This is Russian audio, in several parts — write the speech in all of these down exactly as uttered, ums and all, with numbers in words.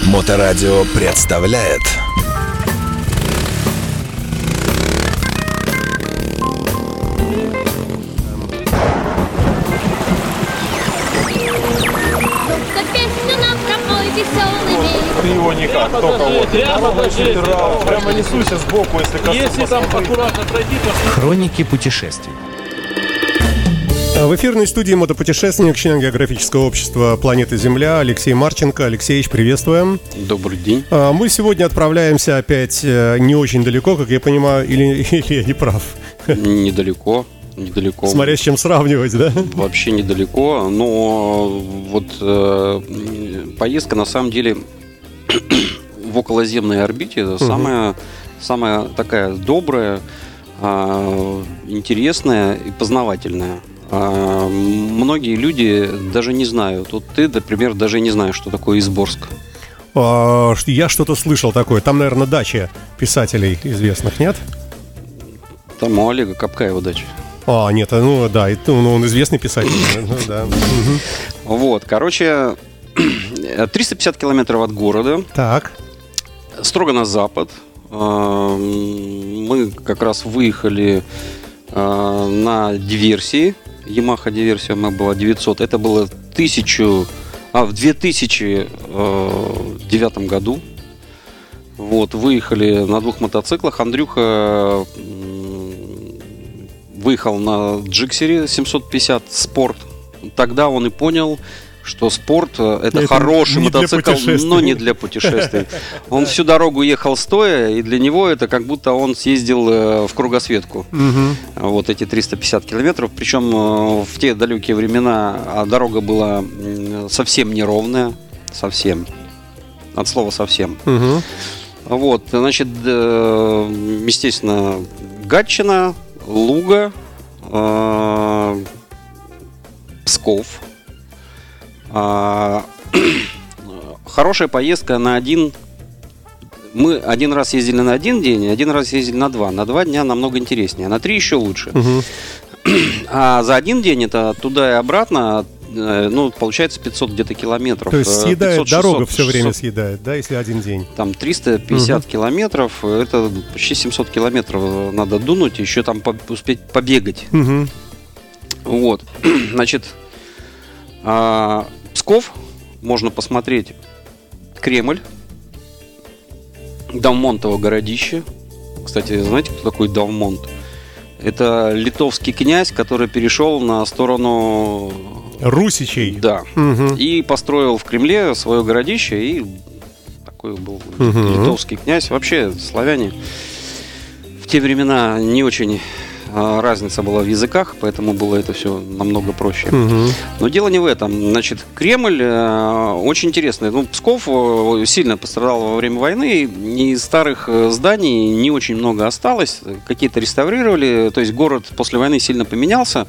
Моторадио представляет Ты его никак, только вот прямо, прямо несуйся сбоку, если коснусь. Если там аккуратно пройти, то... Хроники путешествий. В эфирной студии мотопутешественник, член географического общества «Планета Земля» Алексей Марченко. Алексеевич, приветствуем. Добрый день. Мы сегодня отправляемся опять не очень далеко, как я понимаю, или, или я не прав? Недалеко, недалеко. Смотря с чем сравнивать, да? Вообще недалеко, но вот э, поездка на самом деле в околоземной орбите угу. самая, самая такая добрая, э, интересная и познавательная. А, многие люди даже не знают. Вот ты, например, даже не знаешь, что такое Изборск. А, я что-то слышал такое. Там, наверное, дача писателей известных, нет? Там у Олега Капкаева дача. А, нет, ну да, ну, он известный писатель. Вот, короче, триста пятьдесят километров от города. Так. Строго на запад. Мы как раз выехали на диверсии. Yamaha диверсия у меня была девятьсот. Это было тысячу, а, в две тысячи девятом году. Вот, выехали на двух мотоциклах. Андрюха выехал на Джиксере семьсот пятьдесят Спорт. Тогда он и понял, что спорт это, это хороший мотоцикл, но не для путешествий. Он всю дорогу ехал стоя, и для него это как будто он съездил в кругосветку. Угу. Вот эти триста пятьдесят километров. Причем в те далекие времена дорога была совсем неровная. Совсем. От слова совсем. Угу. Вот, значит, естественно, Гатчина, Луга, Псков. А, хорошая поездка на один. Мы один раз ездили на один день, один раз ездили на два. На два дня намного интереснее, на три еще лучше. Угу. А за один день это туда и обратно, ну, получается пятьсот где-то километров. То есть съедает пятьсот, дорога шестьсот, все время шестьсот. Съедает, да, если один день. Там триста пятьдесят угу. километров, это почти семьсот километров надо дунуть, еще там по- успеть побегать. Угу. Вот, значит, а, Псков, можно посмотреть Кремль, Давмонтово городище. Кстати, знаете, кто такой Давмонт? Это литовский князь, который перешел на сторону русичей. Да. Угу. И построил в Кремле свое городище. И такой был угу. литовский князь. Вообще, славяне в те времена не очень... разница была в языках, поэтому было это все намного проще. Угу. Но дело не в этом. Значит, Кремль э, очень интересный. Ну, Псков э, сильно пострадал во время войны. Из старых зданий не очень много осталось. Какие-то реставрировали. То есть город после войны сильно поменялся.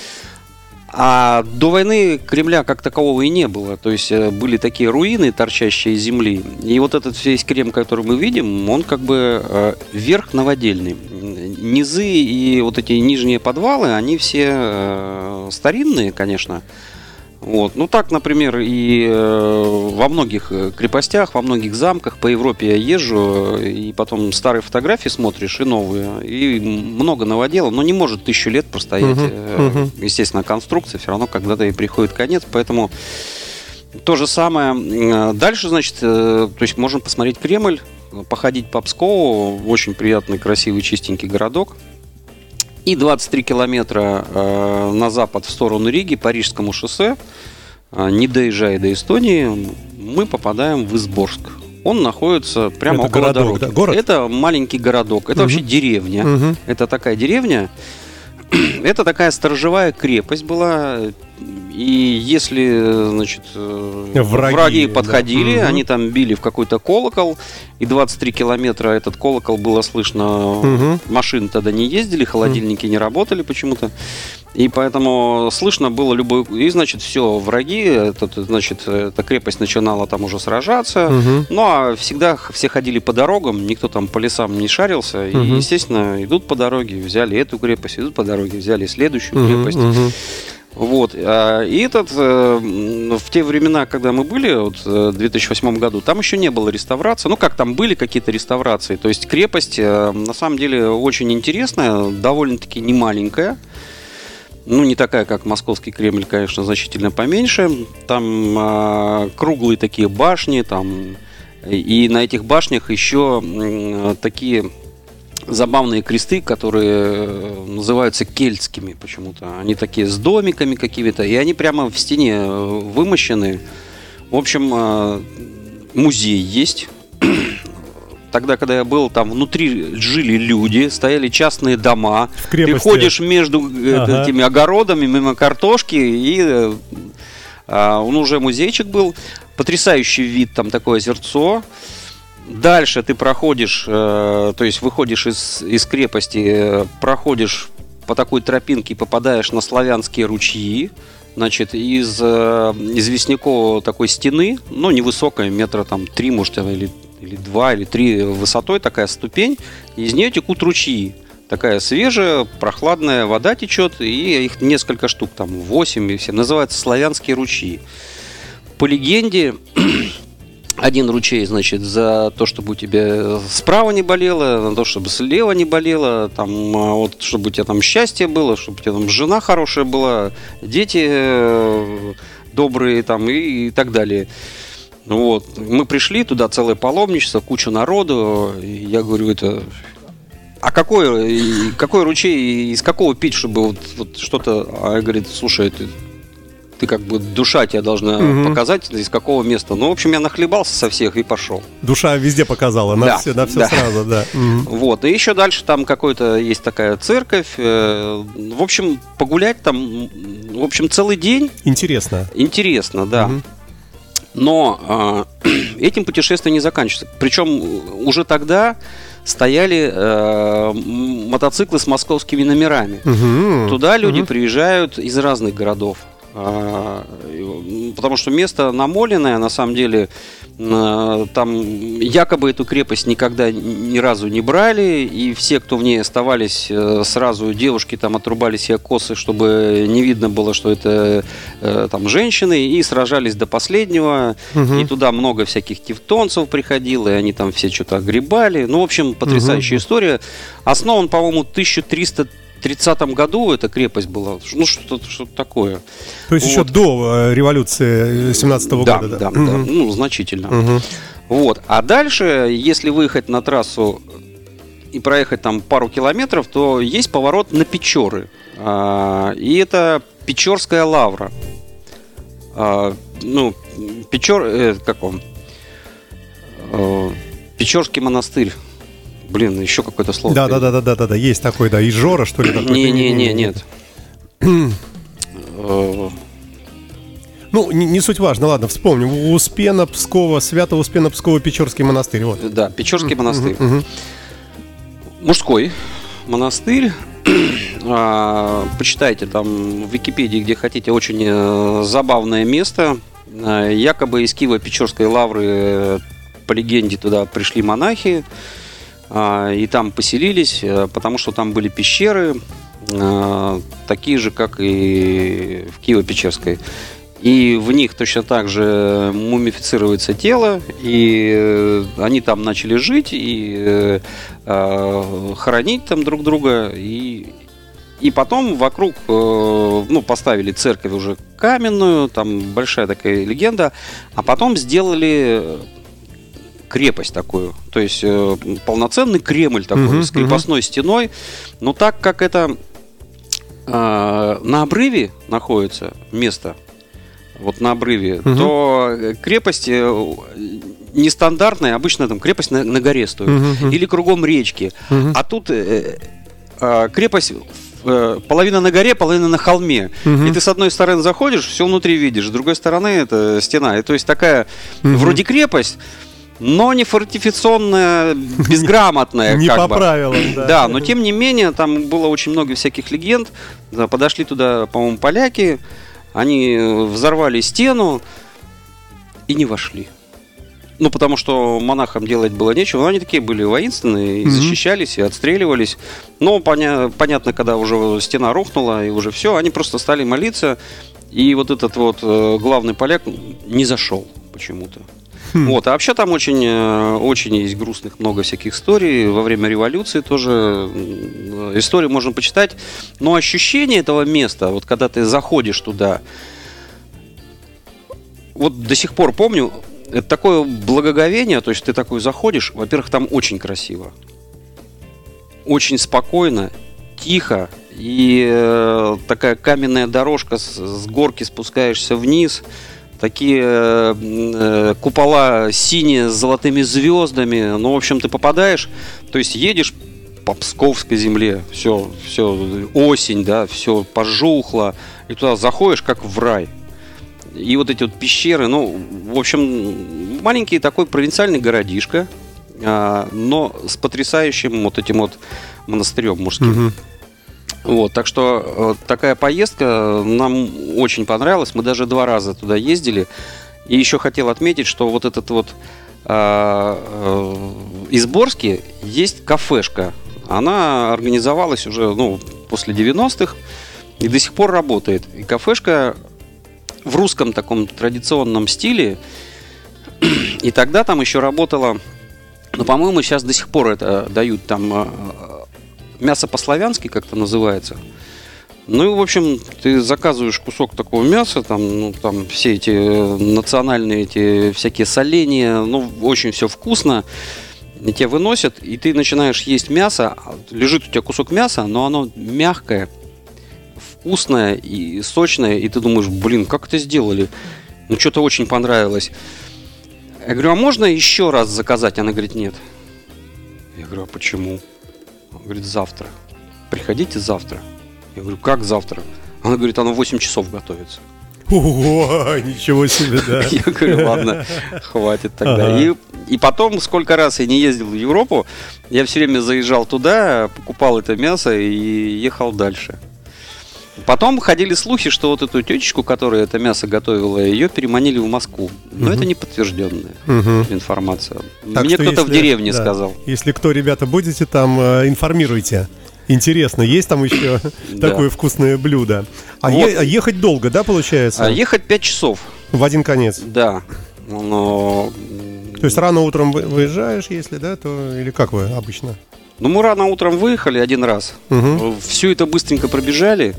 А до войны Кремля как такового и не было. То есть были такие руины, торчащие из земли. И вот этот весь Кремль, который мы видим, он как бы э, верх новодельный. Низы и вот эти нижние подвалы, они все э, старинные, конечно. Вот. Ну так, например, и э, во многих крепостях, во многих замках по Европе я езжу, и потом старые фотографии смотришь, и новые, и много новодела, но не может тысячу лет простоять. Uh-huh, uh-huh. Естественно, конструкция все равно когда-то и приходит конец, поэтому то же самое. Дальше, значит, э, то есть можно посмотреть Кремль, походить по Пскову, очень приятный, красивый, чистенький городок. И двадцать три километра э, на запад в сторону Риги, по Рижскому шоссе, э, не доезжая до Эстонии, мы попадаем в Изборск. Он находится прямо это около городок, дороги. Да? Город? Это маленький городок, это угу. вообще деревня. Угу. Это такая деревня, это такая сторожевая крепость была. И если, значит, враги, враги подходили, да. они там били в какой-то колокол, и двадцать три километра этот колокол было слышно, угу. машины тогда не ездили, холодильники угу. не работали почему-то, и поэтому слышно было любой... И, значит, все, враги, этот, значит, эта крепость начинала там уже сражаться, угу. ну, а всегда все ходили по дорогам, никто там по лесам не шарился, угу. и, естественно, идут по дороге, взяли эту крепость, идут по дороге, взяли следующую угу. крепость. Угу. Вот. И этот, в те времена, когда мы были, вот, в две тысячи восьмом году, там еще не было реставрации. Ну, как там были какие-то реставрации. То есть крепость, на самом деле, очень интересная, довольно-таки немаленькая. Ну, не такая, как Московский Кремль, конечно, значительно поменьше. Там а, круглые такие башни, там, и на этих башнях еще м, такие забавные кресты, которые называются кельтскими почему-то. Они такие с домиками какими-то, и они прямо в стене вымощены. В общем, а, музей есть. Тогда, когда я был, там внутри жили люди, стояли частные дома. Ты ходишь между ага. этими огородами, мимо картошки, и а, он уже музейчик был. Потрясающий вид, там такое озерцо. Дальше ты проходишь, э, то есть выходишь из, из крепости, э, проходишь по такой тропинке, попадаешь на славянские ручьи. Значит, из э, известняковой такой стены, ну, невысокая, метра там три, может, или или два, или три высотой, такая ступень, и из нее текут ручьи. Такая свежая, прохладная вода течет, и их несколько штук, там восемь, и все. Называются славянские ручьи. По легенде, один ручей, значит, за то, чтобы у тебя справа не болело, на то, чтобы слева не болело, там, вот, чтобы у тебя там счастье было, чтобы у тебя там жена хорошая была, дети добрые, там, и, и так далее. Вот. Мы пришли туда, целое паломничество, куча народу. И я говорю, это... А какой, какой ручей, из какого пить, чтобы вот, вот что-то... А я говорю, слушай, ты, ты как бы душа тебя должна угу. показать, из какого места. Ну, в общем, я нахлебался со всех и пошел. Душа везде показала, на, да, все, на все да. сразу, да. Угу. Вот, и еще дальше там какой-то есть такая церковь. В общем, погулять там, в общем, целый день. Интересно. Интересно, да. Угу. Но э, этим путешествие не заканчивается. Причем уже тогда стояли э, мотоциклы с московскими номерами. Угу, Туда люди угу. приезжают из разных городов. Э, потому что место намоленное, на самом деле, э, там якобы эту крепость никогда ни разу не брали. И все, кто в ней оставались, э, сразу девушки там отрубали себе косы, чтобы не видно было, что это э, там женщины. И сражались до последнего. Угу. И туда много всяких тевтонцев приходило. И они там все что-то огребали. Ну, в общем, потрясающая угу. история. Основан, по-моему, в тысяча триста тридцатом году эта крепость была. Ну, что-то, что-то такое. То есть вот. Еще до революции семнадцатого да, года, да? Да, угу. да, ну, значительно. Угу. Вот. А дальше, если выехать на трассу и проехать там пару километров, то есть поворот на Печоры. А, и это Печорская лавра. А, ну, Печор... Э, как он? А, Печорский монастырь. Блин, еще какое-то слово. Да, да, да, да, да, да, да, есть такой, да, Ижора, что ли? Не, не, не, нет. Ну, не, не суть важно, ладно, вспомним. Успена, Пскова, Свято-Успена, Пскова, Печорский монастырь. Вот. Да, Печорский монастырь. Uh-huh. Мужской монастырь. а, почитайте там в Википедии, где хотите, очень э, забавное место. А, якобы из Киево-Печорской лавры, по легенде, туда пришли монахи. И там поселились, потому что там были пещеры, такие же, как и в Киево-Печерской. И в них точно так же мумифицируется тело, и они там начали жить, и хоронить там друг друга. И, и потом вокруг, ну, поставили церковь уже каменную, там большая такая легенда, а потом сделали... крепость такую, то есть э, полноценный Кремль такой, uh-huh, с крепостной uh-huh. стеной. Но так как это э, на обрыве находится место, вот на обрыве, uh-huh. то крепость э, нестандартная, обычно там крепость на, на горе стоит, uh-huh. или кругом речки. Uh-huh. А тут э, э, крепость э, половина на горе, половина на холме. Uh-huh. И ты с одной стороны заходишь, все внутри видишь, с другой стороны это стена. И то есть такая uh-huh. вроде крепость, но не фортификационная, безграмотная. Не по правилам, да. Да, но тем не менее, там было очень много всяких легенд. Подошли туда, по-моему, поляки, они взорвали стену и не вошли. Ну, потому что монахам делать было нечего. Но они такие были воинственные, и mm-hmm. защищались, и отстреливались. Но поня- понятно, когда уже стена рухнула, и уже все, они просто стали молиться. И вот этот вот э, главный поляк не зашел почему-то. Mm-hmm. Вот. А вообще там очень, э, очень есть грустных много всяких историй. Во время революции тоже э, истории можно почитать. Но ощущение этого места, вот когда ты заходишь туда, вот до сих пор помню, это такое благоговение, то есть ты такой заходишь, во-первых, там очень красиво, очень спокойно, тихо, и э, такая каменная дорожка, с, с горки спускаешься вниз, такие э, купола синие с золотыми звездами, ну, в общем, ты попадаешь, то есть едешь по Псковской земле, все, все, осень, да, все пожухло, и туда заходишь, как в рай. И вот эти вот пещеры, ну, в общем, маленький такой провинциальный городишко, а, но с потрясающим вот этим вот монастырем мужским. Mm-hmm. Вот, так что вот такая поездка нам очень понравилась. Мы даже два раза туда ездили. И еще хотел отметить, что вот этот вот а, а, Изборске есть кафешка. Она организовалась уже, ну, после девяностых и до сих пор работает. И кафешка в русском таком традиционном стиле. И тогда там еще работала, ну, по-моему, сейчас до сих пор это дают там мясо по-славянски как-то называется. Ну и, в общем, ты заказываешь кусок такого мяса, там, ну, там все эти национальные эти всякие соления, ну, очень все вкусно. И тебя выносят, и ты начинаешь есть мясо. Лежит у тебя кусок мяса, но оно мягкое, вкусная и сочная, и ты думаешь, блин, как это сделали? Ну, что-то очень понравилось. Я говорю, а можно еще раз заказать? Она говорит, нет. Я говорю, а почему? Она говорит, завтра. Приходите завтра. Я говорю, как завтра? Она говорит, оно в восемь часов готовится. Ого, ничего себе, да. Я говорю, ладно, хватит тогда. И, и потом, сколько раз я не ездил в Европу, я все время заезжал туда, покупал это мясо и ехал дальше. Потом ходили слухи, что вот эту тетечку, которая это мясо готовила, ее переманили в Москву. Но угу. это не подтвержденная угу. информация. Так Мне кто-то если, в деревне да, сказал. Если кто, ребята, будете там, информируйте. Интересно, есть там еще такое вкусное блюдо. А ехать долго, да, получается? Ехать пять часов. В один конец? Да. Но... То есть рано утром выезжаешь, если, да, то или как вы обычно? Ну, мы рано утром выехали один раз. Угу. Все это быстренько пробежали.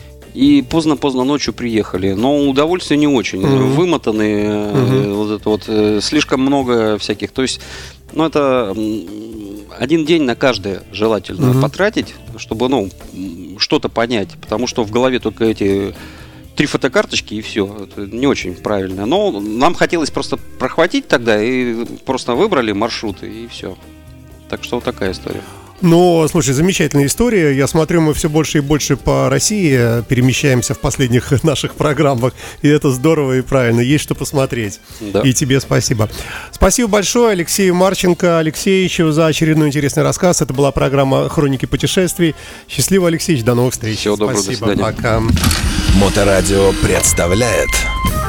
И поздно-поздно ночью приехали. Но удовольствие не очень. Угу. Вымотанные. Угу. Вот это вот. Слишком много всяких. То есть, ну, это один день на каждое желательно угу. потратить, чтобы, ну, что-то понять. Потому что в голове только эти три фотокарточки и все. Это не очень правильно. Но нам хотелось просто прохватить тогда. И просто выбрали маршруты и все. Так что вот такая история. Ну, слушай, замечательная история. Я смотрю, мы все больше и больше по России перемещаемся в последних наших программах. И это здорово и правильно. Есть что посмотреть. Да. И тебе спасибо. Спасибо большое Алексею Марченко Алексеевичу за очередной интересный рассказ. Это была программа «Хроники путешествий». Счастливо, Алексеевич. До новых встреч. Всего доброго. Спасибо. До свидания. Пока. Моторадио представляет